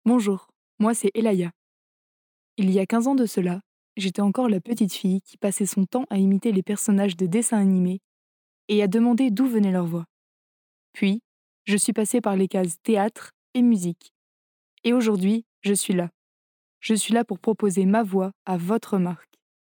Bonjour, moi c'est Elaya. Il y a 15 ans de cela, j'étais encore la petite fille qui passait son temps à imiter les personnages de dessins animés et à demander d'où venait leur voix. Puis, je suis passée par les cases théâtre et musique. Et aujourd'hui, je suis là. Je suis là pour proposer ma voix à votre marque.